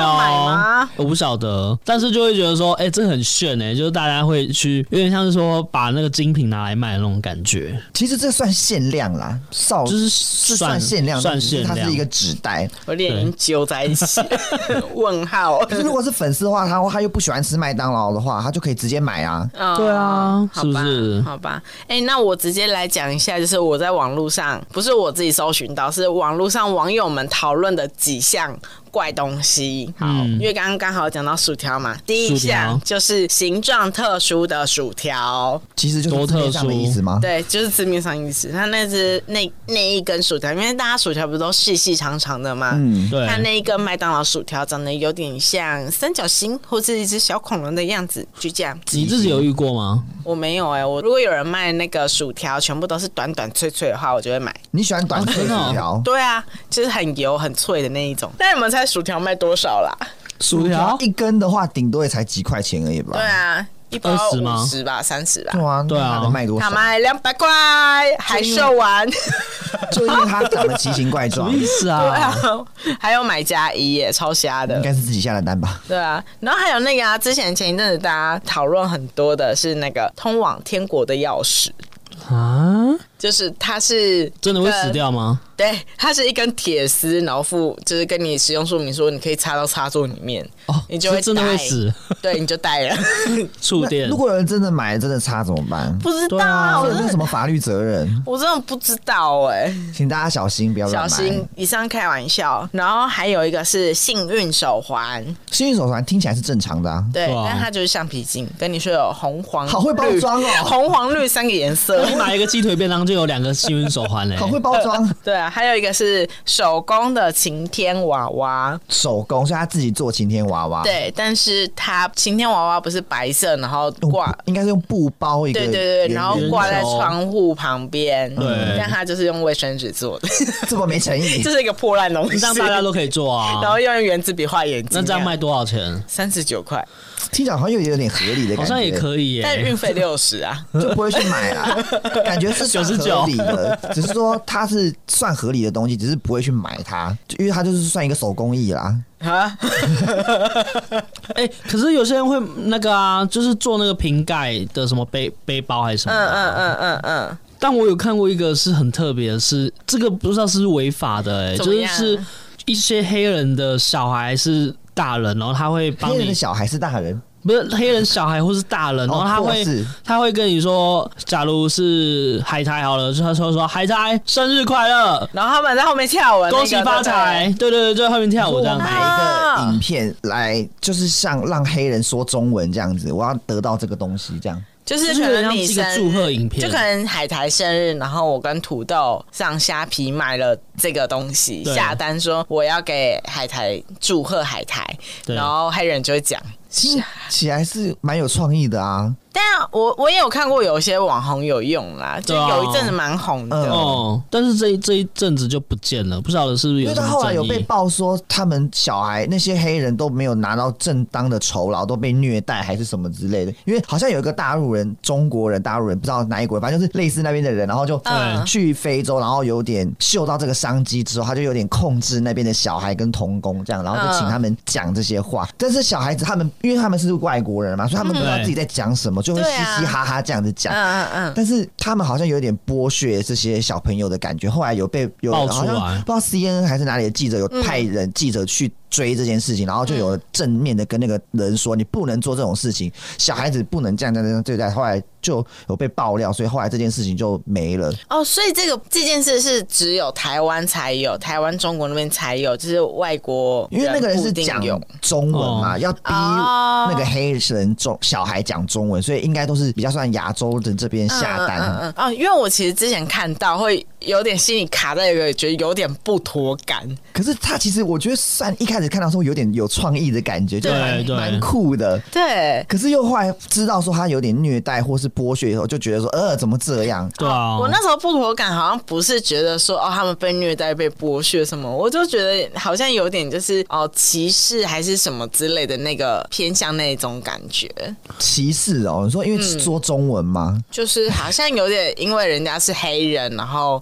啊？我不晓得，但是就会觉得说，哎、欸，这很炫哎、欸，就是大家会去，有点像是说把那个精品拿来卖的那种感觉。 其实这算限量啦，少就是是算限量， 算限量， 它是一个纸袋， 我脸已经揪在一起。问号。 可是如果是粉丝的话，他他又不喜欢吃麦当劳的话，他就可以直接买啊。 哦、 对啊，是不是？ 好吧，哎、欸，那我直接来讲一下，就是我在网络上，不是我自己搜寻到，是网络上网友们讨论的几项怪东西。好，嗯、因为刚刚刚好讲到薯条嘛，第一项就是形状特殊的薯条， 其实就是字面上的意思吗？ 对，就是字面上意思。它那只那那一根薯条，因为大家薯条不都细细长长的吗？ 嗯， 对。 它那一根麦当劳薯条长得有点像三角形或是一只小恐龙的样子，就这样。 你自己有遇过吗？ 我没有哎、欸，我如果有人卖那个薯条全部都是短短脆脆的话，我就会买。 你喜欢短脆薯条、哦？ 对啊，就是很油很脆的那一种。那你们猜薯条卖多少啦？ 薯条一根的话，顶多也才几块钱而已吧？ 对啊。一包五十吧，三十吧。 对啊， 对啊， 卖多少？ 他卖两百块，还售完。 就因为它长得奇形怪状。 什么意思啊？ 对啊，还有买加一耶，超瞎的。 应该是自己下的单吧？ 对啊，然后还有那个啊，之前前一阵子大家讨论很多的是那个通往天国的钥匙啊。 就是它是真的会死掉吗？ 对，它是一根铁丝，然后附就是跟你使用说明说，你可以插到插座里面，哦，你就会真的会死， 对，你就带了触电。 如果有人真的买了，真的插怎么办？ 不知道， 啊、有没有什么法律责任？ 我真的不知道哎、欸， 请大家小心，不要乱买。 小心，以上开玩笑。然后还有一个是幸运手环， 幸运手环听起来是正常的啊， 对，啊、但它就是橡皮筋，跟你说有红黄， 好会包装哦， 红黄绿三个颜色。 你买一个鸡腿便当就有两个幸运手环嘞， 好会包装。 对啊，还有一个是手工的晴天娃娃， 手工，所以他自己做晴天娃娃。 对，但是它晴天娃娃不是白色，然后挂， 应该是用布包一个， 对对对，然后挂在窗户旁边， 对， 但它就是用卫生纸做的， 这么没诚意， 这是一个破烂东西， 这样大家都可以做啊。 然后用圆珠笔画眼睛， 那这样卖多少钱？ 三十九块。 听起来好像又有点合理的感觉， 好像也可以耶， 但运费六十啊， 就不会去买啦。感觉是算合理的，只是说它是算合理的东西，只是不会去买它，因为它就是算一个手工艺啦。 啊， 哎、欸，可是有些人会那个啊，就是做那个瓶盖的什么背背包还是什么、啊， 嗯嗯嗯嗯嗯。 但我有看过一个是很特别的是，是这个不知道是不是违法的、欸，哎，就是一些黑人的小孩是大人，然后他会帮你。 黑人的小孩是大人。 不是黑人小孩或是大人，然后他会、哦、他会跟你说，假如是海苔好了，就他说说海苔生日快乐， 然后他们在后面跳舞， 恭喜发财，对对对，就在后面跳舞这样。 买一个影片来，就是像让黑人说中文这样子，我要得到这个东西，这样。 就是可能你是一个祝贺影片， 就可能海苔生日，然后我跟土豆上虾皮买了这个东西，下单说我要给海苔祝贺海苔，然后黑人就会讲， 听起来是蛮有创意的啊。 但我我也有看过有些网红有用啦，就有一阵子蛮红的、 啊、哦，但是这一这一阵子就不见了，不晓得是不是有什么争议。 因为他后来有被爆说，他们小孩那些黑人都没有拿到正当的酬劳，都被虐待还是什么之类的。因为好像有一个大陆人、中国人、大陆人不知道哪一国人，反正就是类似那边的人，然后就去非洲，然后有点嗅到这个商机之后，他就有点控制那边的小孩跟童工这样，然后就请他们讲这些话。但是小孩子他们，因为他们是外国人嘛，所以他们不知道自己在讲什么。就会嘻嘻哈哈这样子讲，嗯嗯嗯，但是他们好像有点剥削这些小朋友的感觉。后来有被有爆出来， 好像不知道 C N N 还是哪里的记者有派人记者去追这件事情，然后就有正面的跟那个人说，你不能做这种事情，小孩子不能这样这样对待。后来就有被爆料，所以后来这件事情就没了。 哦，所以这个这件事是只有台湾才有，台湾中国那边才有，就是外国人因为那个人是讲中文嘛，哦、要逼那个黑人中小孩讲中文，所以应该都是比较算亚洲的这边下单。嗯嗯嗯嗯、哦，因为我其实之前看到会有点心里卡在一个觉得有点不妥感。 可是他其实我觉得算一开始看到说有点有创意的感觉，就蛮蛮酷的。 对。 可是又后来知道说他有点虐待或是剥削以后，就觉得说呃怎么这样？ 对啊。 我那时候不妥感好像不是觉得说哦他们被虐待被剥削什么，我就觉得好像有点就是哦歧视还是什么之类的那个偏向那种感觉。 歧视哦？你说因为说中文吗？ 嗯、就是好像有点因为人家是黑人，然后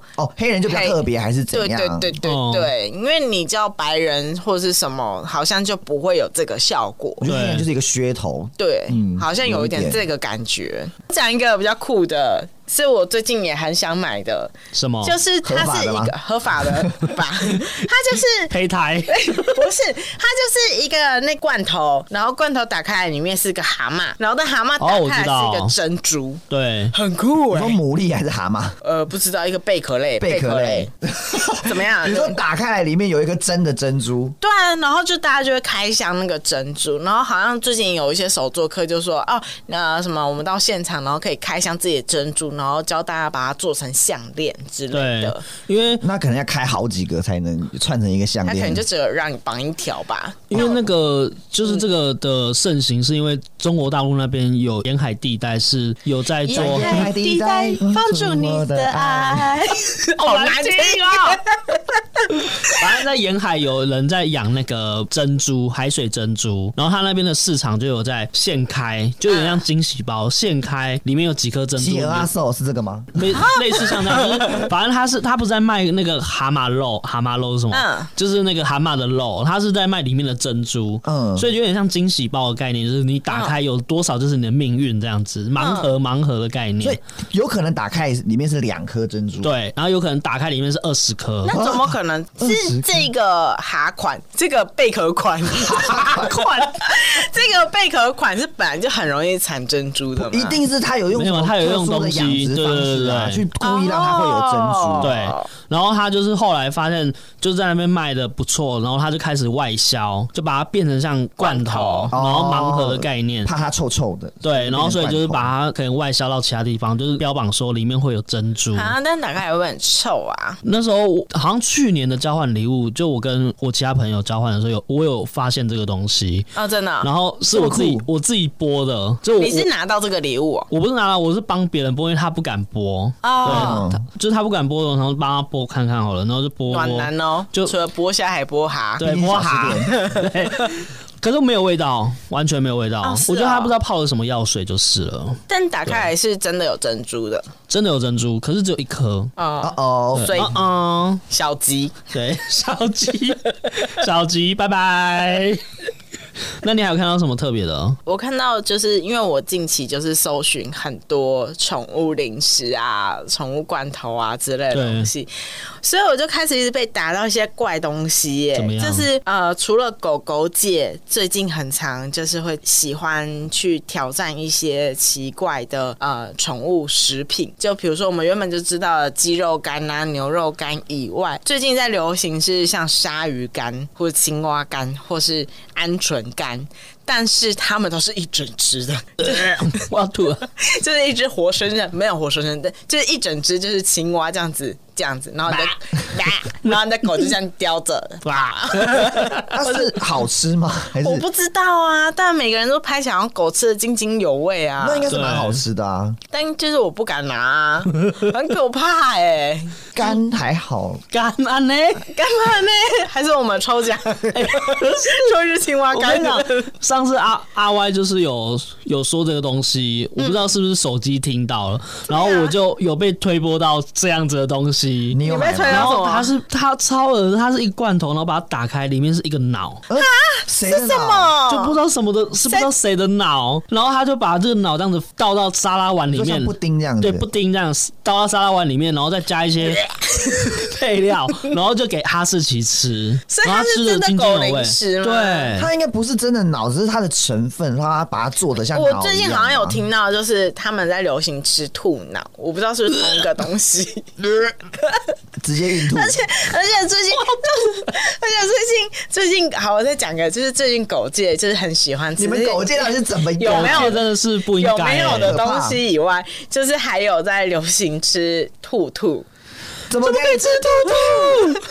哦，黑人就比较特别还是怎样？ 对对对对对，哦、因为你叫白人或是什么，好像就不会有这个效果。 我觉得黑人就是一个噱头， 对，嗯、好像有一点这个感觉。讲一个比较酷的。是我最近也很想买的， 什么？ 就是它是一个合法的吧，它就是胚胎， 不是，它就是一个那罐头，然后罐头打开来里面是个蛤蟆，然后那蛤蟆打开来是一个珍珠， 哦、对， 很酷哎、欸。 你说牡蛎还是蛤蟆？ 呃，不知道，一个贝壳类， 贝壳类， 怎么样？ 你说打开来里面有一个真的珍珠？ 对啊，然后就大家就会开箱那个珍珠，然后好像最近有一些手作课就说哦，那什么，我们到现场，然后可以开箱自己的珍珠。然后教大家把它做成项链之类的， 因为那可能要开好几个才能串成一个项链， 它可能就只有让你绑一条吧。 因为那个就是这个的盛行，是因为中国大陆那边有沿海地带是有在做沿海地带放逐你的爱，好难听啊！ 反正在沿海有人在养那个珍珠，海水珍珠，然后他那边的市场就有在现开，就有点像惊喜包，现开里面有几颗珍珠。 企鹅阿寿是这个吗？ 类类似像这样，就是反正他是他不是在卖那个蛤蟆肉，蛤蟆肉是什么？嗯，就是那个蛤蟆的肉，他是在卖里面的珍珠，嗯，所以有点像惊喜包的概念，就是你打开有多少就是你的命运这样子，盲盒盲盒的概念， 所以有可能打开里面是两颗珍珠， 对，然后有可能打开里面是二十颗， 那怎么可能是这个蛤款，这个贝壳款，蛤款，这个贝壳款是本来就很容易产珍珠的吗？ 一定是他有用， 没有，他有用东西，对对对对， 去故意让它会有珍珠， 哦、对。然后他就是后来发现，就在那边卖的不错，然后他就开始外销，就把它变成像罐头， 罐头然后盲盒的概念， 怕它臭臭的。 对，然后所以就是把它可能外销到其他地方，就是标榜说里面会有珍珠啊，但打开会不会很臭啊？ 那时候好像去年的交换礼物，就我跟我其他朋友交换的时候，有我有发现这个东西哦，真的。 然后是我自己我自己剥的，就我你是拿到这个礼物、哦？ 我不是拿到，我是帮别人剥，因为他不敢剥哦，对，就是他不敢剥的，然后帮他剥看看好了，然后就剥暖男哦，就除了剥虾还剥蛤， 对，剥蛤，对。可是没有味道，完全没有味道。哦哦、我觉得他不知道泡了什么药水就是了。 但打开来是真的有珍珠的， 真的有珍珠，可是只有一颗。 哦哦，所以嗯，小鸡， 对，小鸡，小鸡，拜拜。那你还有看到什么特别的？ 我看到就是因为我近期就是搜寻很多宠物零食啊、宠物罐头啊之类的东西，所以我就开始一直被打到一些怪东西耶。 怎么样？ 就是呃，除了狗狗界最近很常就是会喜欢去挑战一些奇怪的呃宠物食品，就比如说我们原本就知道的鸡肉干啊、牛肉干以外，最近在流行是像鲨鱼干或者青蛙干或是鹌鹑干，但是它们都是一整只的， 我要吐了， 就是一只活生生，没有活生生的，就是一整只就是青蛙这样子，这样子，然后你的，然后你的狗就这样叼着，哇， 它是好吃吗？还是我不知道啊，但每个人都拍起来好像狗吃的津津有味啊， 那应该是蛮好吃的啊， 但就是我不敢拿、啊，很可怕哎、欸， 干还好， 干嘛呢？ 干嘛呢？还是我们抽奖，欸、抽一只青蛙干。 上次阿阿 Y 就是有有说这个东西，我不知道是不是手机听到了，嗯、然后我就有被推播到这样子的东西。 你有买吗？ 然后它是它超恶，它是一罐头，然后把它打开，里面是一个脑啊， 谁的脑？ 就不知道什么的，是不知道谁的脑，然后他就把这个脑这样子倒到沙拉碗里面， 像布丁这样子， 对，布丁这样倒到沙拉碗里面，然后再加一些配料，然后就给哈士奇吃， 所以它是真的狗零食吗？ 对， 它应该不是真的脑，只是它的成分让它把它做的像脑一样。 我最近好像有听到，就是他们在流行吃兔脑，我不知道是不是同一个东西， 直接孕吐。 而且而且最近，而且最近最近好，我再讲个，就是最近狗界就是很喜欢吃。 你们狗界到底是怎么有没有真的是不应该、欸、 有没有的东西以外，就是还有在流行吃兔兔。 怎么可以吃兔兔？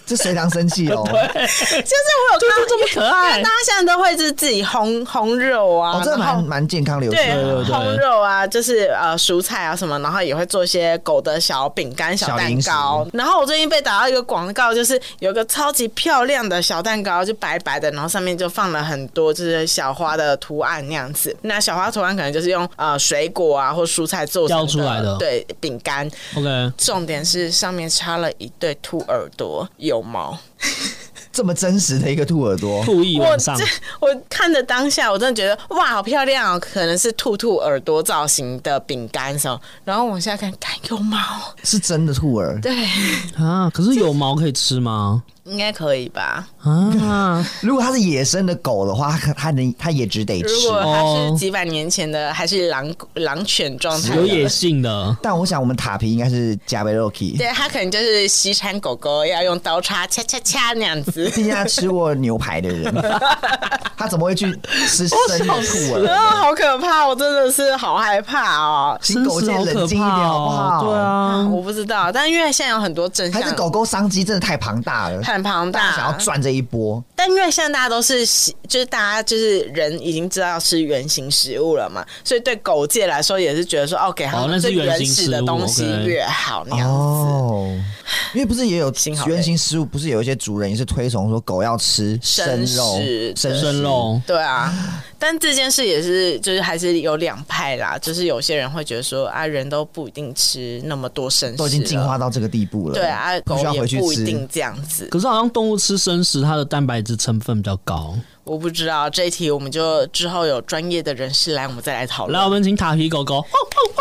这谁当生气哦？ 对， 就是我有看到这么可爱， 大家现在都会是自己烘烘肉啊， 哦，这蛮蛮健康流行对的。 烘肉啊，就是呃蔬菜啊什么，然后也会做一些狗的小饼干、小蛋糕。然后我最近被打到一个广告，就是有个超级漂亮的小蛋糕，就白白的，然后上面就放了很多就是小花的图案那样子。那小花图案可能就是用呃水果啊或蔬菜做成的出来的， 对，饼干。 OK， 重点是上面插了一对兔耳朵，有毛。 这么真实的一个兔耳朵， 兔翼往上。 我, 我看的当下，我真的觉得哇，好漂亮哦！可能是兔兔耳朵造型的饼干什么，然后往下看，看有毛， 是真的兔耳。 对啊，可是有毛可以吃吗？ 应该可以吧？ 啊， 如果它是野生的狗的话，它它能它也只得吃。 如果它是几百年前的，还是狼狼犬状态， 有野性的。 但我想我们塔皮应该是加贝洛基， 对，它可能就是西餐狗狗要用刀叉掐掐掐那样子。 毕竟他吃过牛排的人，他怎么会去吃生的兔耳？ 啊，好可怕！我真的是好害怕哦。 请狗界冷静一点好不好？ 对啊， 我不知道，但因为现在有很多真相， 还是狗狗商机真的太庞大了。 很庞大， 想要赚这一波。 但因为现在大家都是，就是大家就是人已经知道要吃原型食物了嘛，所以对狗界来说也是觉得说，哦，给他们最原始的东西越好那样子。 哦，因为不是也有原型食物，不是有一些主人也是推崇说狗要吃生肉、 生生肉， 对啊。但这件事也是，就是还是有两派啦，就是有些人会觉得说啊，人都不一定吃那么多生食， 都已经进化到这个地步了。 对啊，狗也不一定这样子。 可是好像动物吃生食，它的蛋白质成分比较高。 我不知道这一题，我们就之后有专业的人士来，我们再来讨论。 来，我们请塔皮狗狗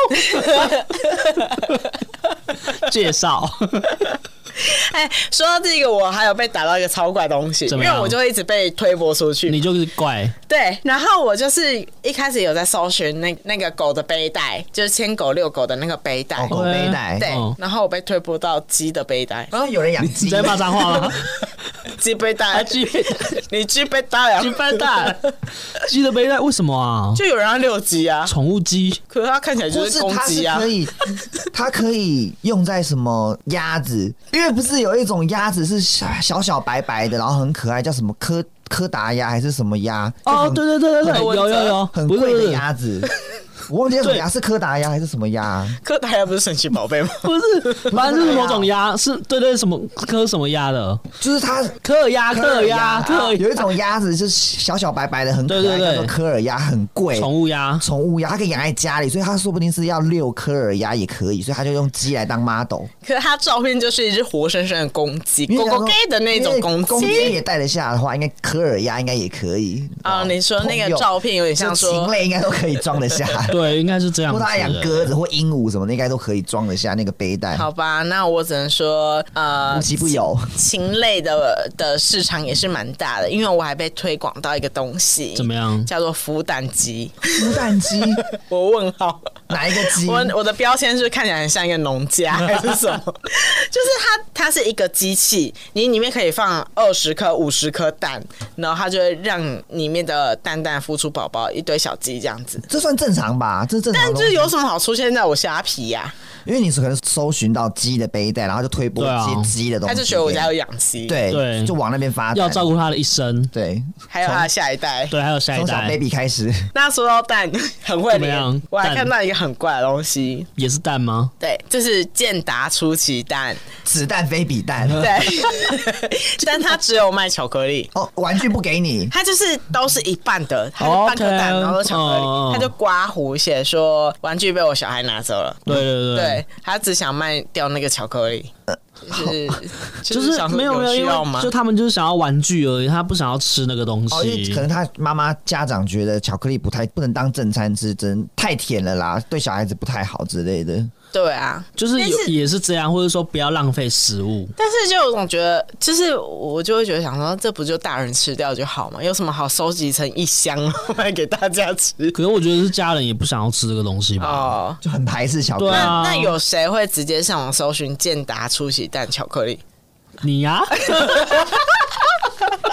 介绍。 哎，说到这个，我还有被打到一个超怪东西，因为我就会一直被推播出去。 你就是怪。 对，然后我就是一开始有在搜寻那那个狗的背带，就是牵狗遛狗的那个背带， 哦、狗背带。 对，哦、然后我被推播到鸡的背带。 然后有人养鸡， 你在骂脏话吗？ 鸡背带， 鸡背带， 你鸡背带啊？ 鸡背带，鸡的背带为什么啊？ 就有人要遛鸡啊， 宠物鸡， 可是它看起来就是公鸡啊。 可以，它可以用在什么鸭子？因为不是有一种鸭子是小小白白的，然后很可爱，叫什么柯柯达鸭还是什么鸭？ 哦，对对对对对，有有有， 很贵的鸭子。我忘记什么鸭是柯达鸭还是什么鸭？ 柯达鸭不是神奇宝贝吗？ 不是，反正就是某种鸭，是对对什么柯什么鸭的， 就是它科尔鸭，科尔鸭，科尔有一种鸭子就是小小白白的，很可爱，叫做科尔鸭，很贵， 宠物鸭， 宠物鸭，它可以养在家里，所以它说不定是要遛科尔鸭也可以，所以它就用鸡来当 model。 可是它照片就是一只活生生的公鸡，狗狗 gay 的那种公鸡， 公鸡也带得下的话，应该科尔鸭应该也可以啊。你说那个照片有点像说禽类，应该都可以装得下， 对，应该是这样。 或他养鸽子或鹦鹉什么的，应该都可以装得下那个背带。 好吧，那我只能说，呃， 无奇不有。 禽类的的市场也是蛮大的，因为我还被推广到一个东西， 怎么样？ 叫做孵蛋鸡。 孵蛋鸡？ 我问号， 哪一个鸡？ 我我的标签是看起来很像一个农家还是什么？就是它，它是一个机器，你里面可以放二十颗、五十颗蛋，然后它就会让里面的蛋蛋孵出宝宝，一堆小鸡这样子。 这算正常吧？这正常。 但这有什么好出现在我虾皮呀、啊？ 因为你可能搜寻到鸡的背带，然后就推播一些鸡的东西， 他就觉得我家有养鸡， 对对，就往那边发展， 要照顾他的一生， 对， 还有他的下一代， 对，还有下一代， 从小 baby 开始。 那说到蛋，很会连， 我还看到一个很怪的东西， 也是蛋吗？ 对，这是健达出奇蛋， 此蛋非彼蛋， 对，但它只有卖巧克力， 哦，玩具不给你， 它就是都是一半的，它是半颗蛋， okay, 然后巧克力，他、oh. 就刮胡写说玩具被我小孩拿走了， 对对对， 对他只想卖掉那个巧克力。就是就是没有没有，因为就他们就是想要玩具而已，他不想要吃那个东西。 哦，因为可能他妈妈家长觉得巧克力不太不能当正餐吃，真太甜了啦，对小孩子不太好之类的。 对啊， 就是有也是这样，或者说不要浪费食物。 但是就有种觉得，就是我就会觉得想说，这不就大人吃掉就好吗？有什么好收集成一箱卖给大家吃？ 可能我觉得是家人也不想要吃这个东西吧， 哦， 就很排斥巧克力。 啊、 那, 那有谁会直接上网搜寻健达出奇蛋巧克力？ 你呀、啊？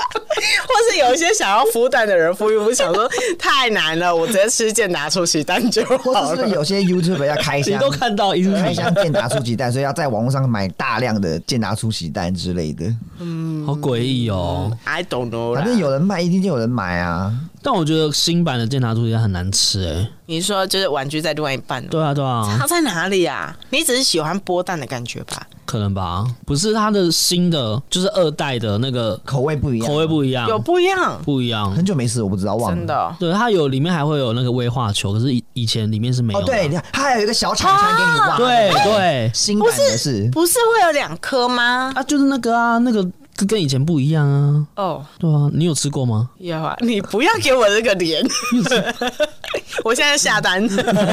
或是有一些想要孵蛋的人孵一孵，想说太难了，我直接吃健达出奇蛋就好了。 或者是有些 YouTube 要开箱， 你都看到一直开箱健达出奇蛋，所以要在网络上买大量的健达出奇蛋之类的。 嗯，好诡异哦。 I don't know 啦。 反正有人卖，一定就有人买啊。 但我觉得新版的健达出奇蛋很难吃哎、欸。 你说就是玩具在另外一半？ 对啊，对啊。 它在哪里啊？你只是喜欢剥蛋的感觉吧？ 可能吧，不是它的新的，就是二代的那个口味不一样， 口味不一样， 有不一样， 不一样。 很久没吃，我不知道，忘了。 真的、哦， 对，它有里面还会有那个威化球，可是以以前里面是没有的。 哦，对，它还有一个小铲铲给你挖。 对对， 新版的是不是会有两颗吗？ 啊，就是那个啊，那个跟以前不一样啊。 哦， 对啊，你有吃过吗？ 有啊，你不要给我这个脸，我现在下单，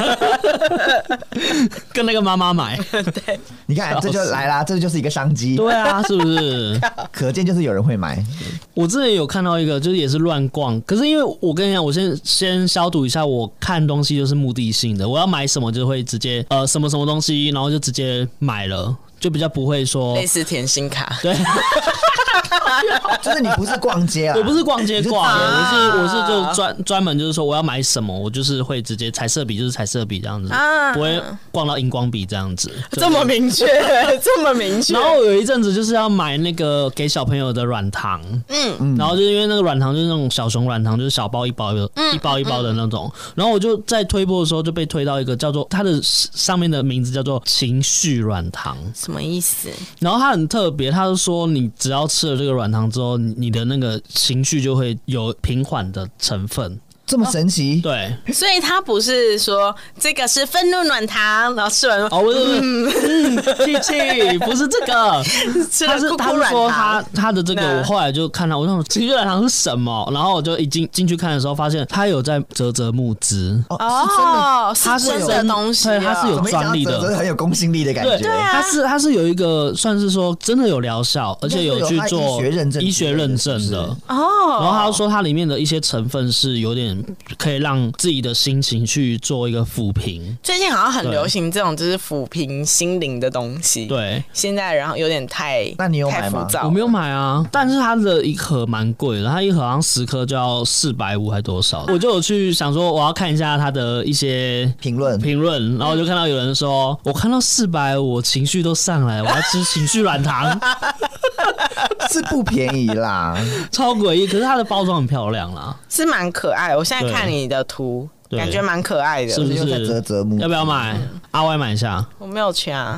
跟那个妈妈买。 对， 你看这就来啦，这就是一个商机。 对啊，是不是？ 可见就是有人会买。 我之前有看到一个，就是也是乱逛，可是因为我跟你讲，我先先消毒一下，我看东西就是目的性的，我要买什么就会直接呃什么什么东西，然后就直接买了，就比较不会说类似甜心卡。 对。 就是你不是逛街啊， 我不是逛街逛的， 啊、 我是我是就专专门就是说我要买什么，我就是会直接彩色笔就是彩色笔这样子，啊、不会逛到荧光笔这样子。 这么明确，这么明确。 然后我有一阵子就是要买那个给小朋友的软糖，嗯，然后就是因为那个软糖就是那种小熊软糖，就是小包一包的，嗯、一包一包的那种。然后我就在推播的时候就被推到一个叫做它的上面的名字叫做情绪软糖， 什么意思？ 然后它很特别，它是说你只要吃了这个软糖之后，你的那个情绪就会有平缓的成分。 这么神奇？ 对， 所以它不是说这个是愤怒软糖，然后吃完哦，不是不是，嗯，气气不是这个， 吃了酷他是酷软糖。 说他他的这个，我后来就看到，我想情绪软糖是什么，然后我就一进进去看的时候，发现他有在啧啧募资哦， 它是真的东西， 对，它是有专利的， 很有公信力的感觉。 对啊， 它是它是有一个算是说真的有疗效，而且有去做医学认证医学认证的哦。 然后他说它里面的一些成分是有点可以让自己的心情去做一个抚平。 最近好像很流行这种就是抚平心灵的东西。 对， 现在然后有点太， 那你有买吗？ 我没有买啊，但是它的一盒蛮贵的，它一盒好像十颗就要四百五还多少，我就有去想说我要看一下它的一些评论评论，然后我就看到有人说，我看到四百五，我情绪都上来，我要吃情绪软糖， 是不便宜啦， 超诡异，可是它的包装很漂亮啦， 是蛮可爱。我现在看你的图，感觉蛮可爱的， 是不是？ 啧啧募， 要不要买？嗯、阿歪买一下， 我没有钱啊。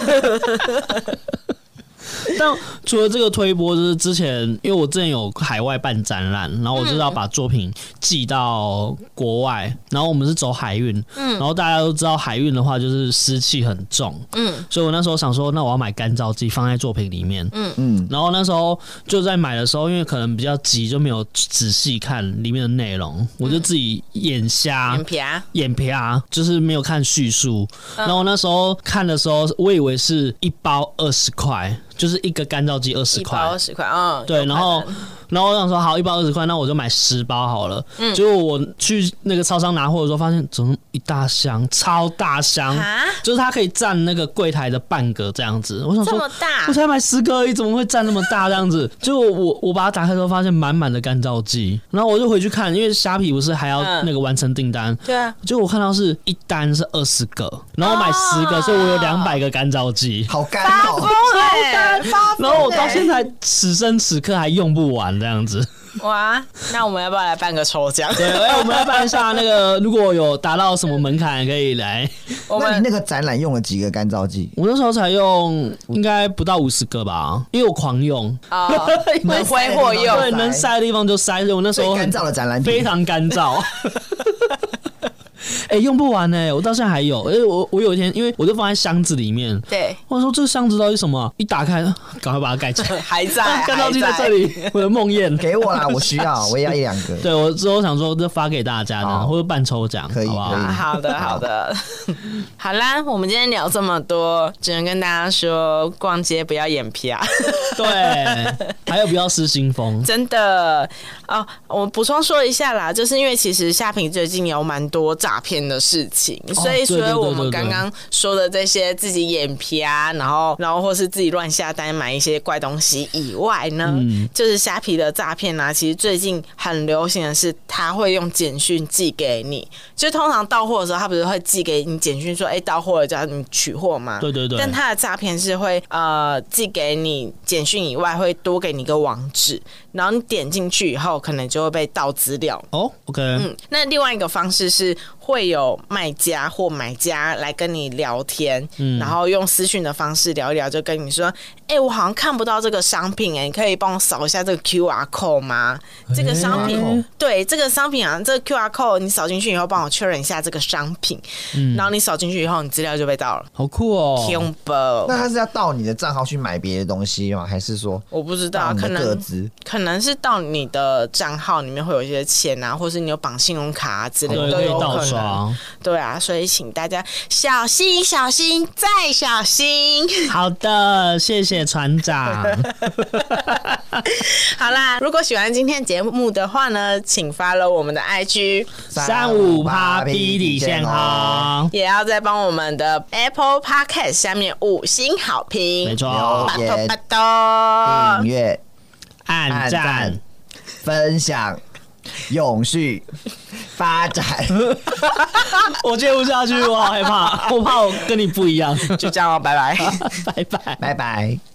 但除了这个推播，就是之前因为我之前有海外办展览，然后我就是要把作品寄到国外，然后我们是走海运，嗯，然后大家都知道海运的话就是湿气很重，嗯，所以我那时候想说，那我要买干燥剂放在作品里面，嗯嗯，然后那时候就在买的时候，因为可能比较急，就没有仔细看里面的内容，我就自己眼瞎， 眼皮啊， 眼皮啊，就是没有看叙述，然后我那时候看的时候，我以为是一包二十块。就是一个干燥剂二十块， 一包二十块，嗯， 对，然后，然后我想说好，一包二十块，那我就买十包好了。嗯，结果我去那个超商拿货的时候，发现怎么一大箱，超大箱，就是它可以占那个柜台的半个这样子。我想说， 这么大， 我才买十个而已，怎么会占那么大这样子？结果我我把它打开之后，发现满满的干燥剂，然后我就回去看，因为虾皮不是还要那个完成订单， 对啊， 结果我看到是一单是二十个，然后我买十个，所以我有两百个干燥剂， 好干哦， 超干。 然后我到现在此生此刻还用不完这样子。 哇，那我们要不要来办个抽奖？ 对，我们要办一下那个，如果有达到什么门槛可以来。 那你那个展览用了几个干燥剂？ 我那时候才用应该不到五十个吧，因为我狂用， 哦、能挥霍用， 对，能塞的地方就塞。所以我那时候干燥的展览非常干燥。哎、欸，用不完呢、欸，我到现在还有。哎、欸，我我有一天，因为我就放在箱子里面， 对， 我说这个箱子到底什么？一打开，赶快把它盖起来， 还在， 干燥剂在这里，我的梦魇， 给我啦，我需要，我也要一两个。 对，我之后想说，就发给大家的，或者办抽奖， 可以， 好不好？ 好的，好的，好啦，我们今天聊这么多，只能跟大家说，逛街不要眼皮啊。 对， 还有不要失心疯， 真的哦。我补充说一下啦，就是因为其实虾皮最近有蛮多诈骗的事情，哦、所以所以我们刚刚说的这些自己眼皮啊，然后然后或是自己乱下单买一些怪东西以外呢，嗯、就是虾皮的诈骗啊，其实最近很流行的是，他会用简讯寄给你，就通常到货的时候，他不是会寄给你简讯说，哎、欸，到货了，叫你取货吗？ 对对对。 但他的诈骗是会呃寄给你简讯以外，会多给你一个网址，然后你点进去以后，可能就会被盗资料。 哦 ，OK， 嗯，那另外一个方式是会有卖家或买家来跟你聊天，嗯、然后用私讯的方式聊一聊，就跟你说，哎、欸，我好像看不到这个商品、欸，哎，你可以帮我扫一下这个 Q R code 吗？这个商品，欸、对，这个商品啊，这个 Q R code 你扫进去以后，帮我确认一下这个商品，嗯、然后你扫进去以后，你资料就被盗了， 好酷哦！ 恐怖。 那他是要盗你的账号去买别的东西吗？还是说我不知道，可能可能是到你的账号里面会有一些钱啊，或是你有绑信用卡啊之类的，都有可能。对啊，所以请大家小心、小心再小心。 好的，谢谢船长。 好啦，如果喜欢今天节目的话呢，请 follow 我们的 I G 三五八 B 底线号， 也要再帮我们的 Apple Podcast 下面五星好评， 没错， 留言、订阅、 按赞、 分享、永续发展。 我接不下去，我好害怕，我怕我跟你不一样。 就这样哦，拜拜， 拜拜， 拜拜。